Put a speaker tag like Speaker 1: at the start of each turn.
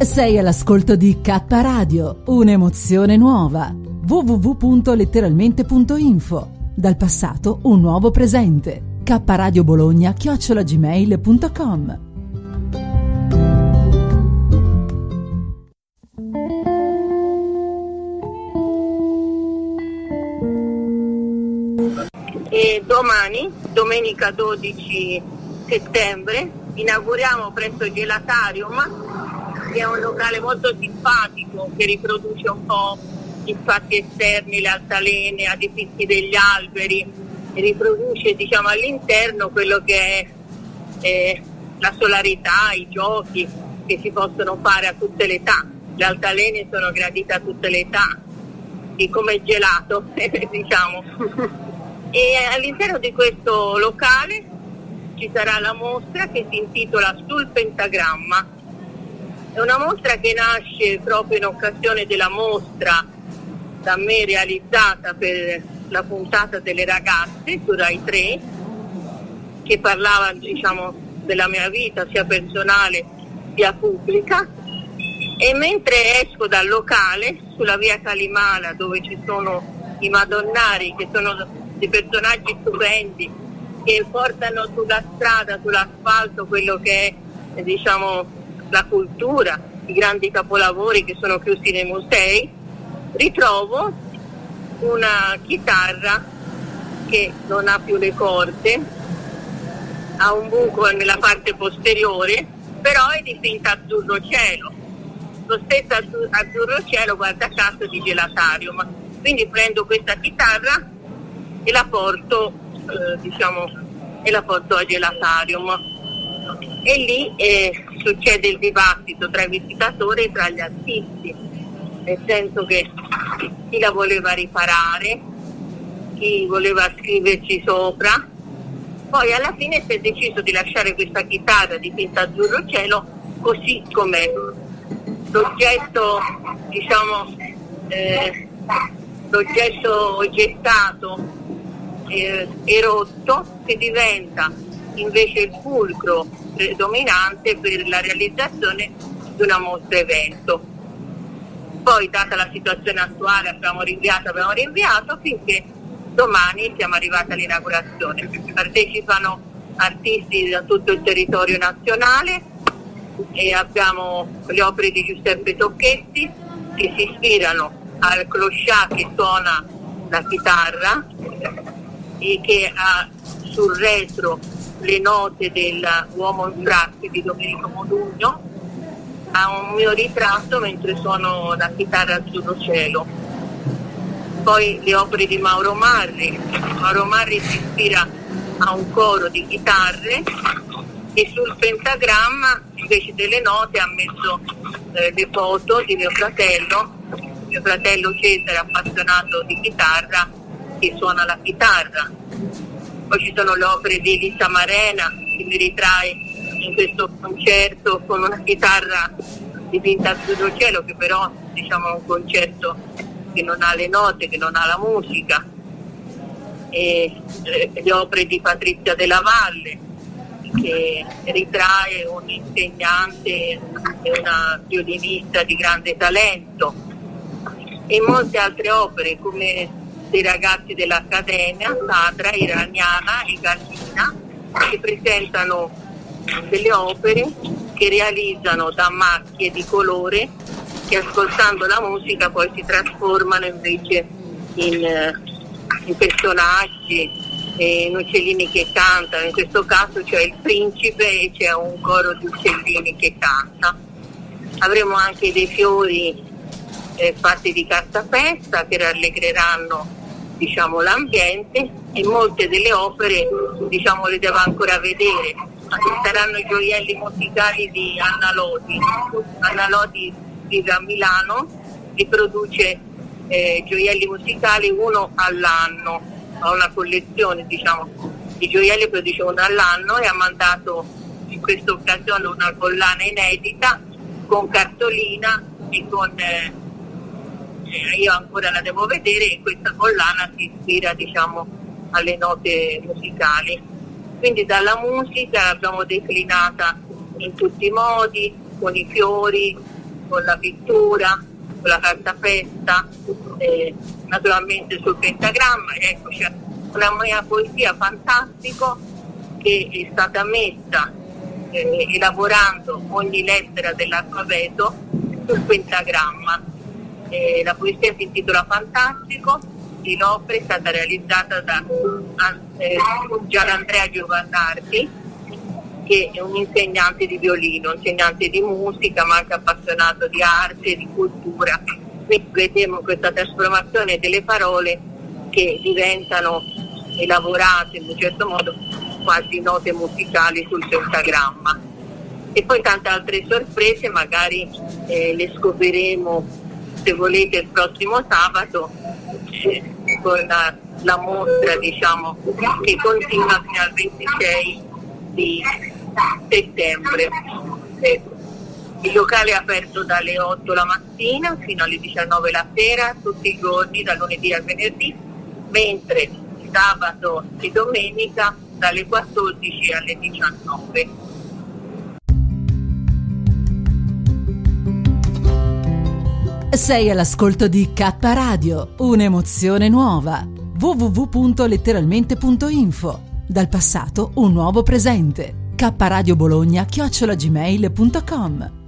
Speaker 1: Sei all'ascolto di K Radio, un'emozione nuova. www.letteralmente.info. Dal passato un nuovo presente. kradiobologna@gmail.com.
Speaker 2: E domani, domenica 12 settembre, inauguriamo presso Gelatarium, che è un locale molto simpatico che riproduce un po' gli spazi esterni, le altalene, a dipinti degli alberi, e riproduce all'interno quello che è la solarità, i giochi che si possono fare a tutte le età. Le altalene sono gradite a tutte le età, e come gelato E all'interno di questo locale ci sarà la mostra che si intitola Sul Pentagramma. È una mostra che nasce proprio in occasione della mostra da me realizzata per la puntata delle ragazze su Rai 3, che parlava della mia vita sia personale sia pubblica. E mentre esco dal locale sulla via Calimala, dove ci sono i Madonnari, che sono dei personaggi stupendi che portano sulla strada, sull'asfalto, quello che è la cultura, i grandi capolavori che sono chiusi nei musei, ritrovo una chitarra che non ha più le corde, ha un buco nella parte posteriore, però è dipinta azzurro cielo, lo stesso azzurro cielo, guarda caso, di Gelatarium. Quindi prendo questa chitarra e la porto a Gelatarium, e lì succede il dibattito tra i visitatori e tra gli artisti, nel senso che chi la voleva riparare, chi voleva scriverci sopra. Poi alla fine si è deciso di lasciare questa chitarra dipinta azzurro cielo così com'è. L'oggetto gettato e rotto, che diventa invece il fulcro predominante per la realizzazione di una mostra evento. Poi, data la situazione attuale, abbiamo rinviato finché domani siamo arrivati all'inaugurazione. Partecipano artisti da tutto il territorio nazionale e abbiamo le opere di Giuseppe Tocchetti, che si ispirano al clochard che suona la chitarra e che ha sul retro le note dell'Uomo in Fratte di Domenico Modugno. Ha un mio ritratto mentre suono la chitarra azzurro cielo. Poi le opere di Mauro Marri si ispira a un coro di chitarre, e sul pentagramma invece delle note ha messo le foto di mio fratello Cesare, appassionato di chitarra, che suona la chitarra. Poi ci sono le opere di Elisa Marena, che mi ritrae in questo concerto con una chitarra dipinta azzurro cielo, che però è un concerto che non ha le note, che non ha la musica. E le opere di Patrizia Della Valle, che ritrae un insegnante e una violinista di grande talento, e molte altre opere come dei ragazzi dell'Accademia, Sadra, Iraniana e Gallina, che presentano delle opere che realizzano da macchie di colore, che ascoltando la musica poi si trasformano invece in personaggi, in uccellini che cantano. In questo caso c'è il principe e c'è un coro di uccellini che canta. Avremo anche dei fiori fatti di cartapesta che rallegreranno l'ambiente, e molte delle opere le devo ancora vedere. Saranno i gioielli musicali di Anna Lodi vive a Milano e produce gioielli musicali uno all'anno, ha una collezione di gioielli, produce uno all'anno, e ha mandato in questa occasione una collana inedita con cartolina e con io ancora la devo vedere, e questa collana si ispira alle note musicali. Quindi dalla musica l'abbiamo declinata in tutti i modi, con i fiori, con la pittura, con la cartapesta, naturalmente sul pentagramma. Ecco, c'è una mia poesia fantastico che è stata messa elaborando ogni lettera dell'alfabeto sul pentagramma. La poesia si intitola Fantastico e l'opera è stata realizzata da Gianandrea Giovannardi, che è un insegnante di violino, insegnante di musica, ma anche appassionato di arte e di cultura. Quindi vediamo questa trasformazione delle parole che diventano elaborate in un certo modo quasi note musicali sul pentagramma. E poi tante altre sorprese, magari le scopriremo, se volete, il prossimo sabato con la mostra, diciamo, che continua fino al 26 di settembre. Il locale è aperto dalle 8 la mattina fino alle 19 la sera, tutti i giorni, da lunedì al venerdì, mentre sabato e domenica dalle 14 alle 19.
Speaker 1: Sei all'ascolto di K Radio, un'emozione nuova. www.letteralmente.info. Dal passato un nuovo presente. kradiobologna@gmail.com.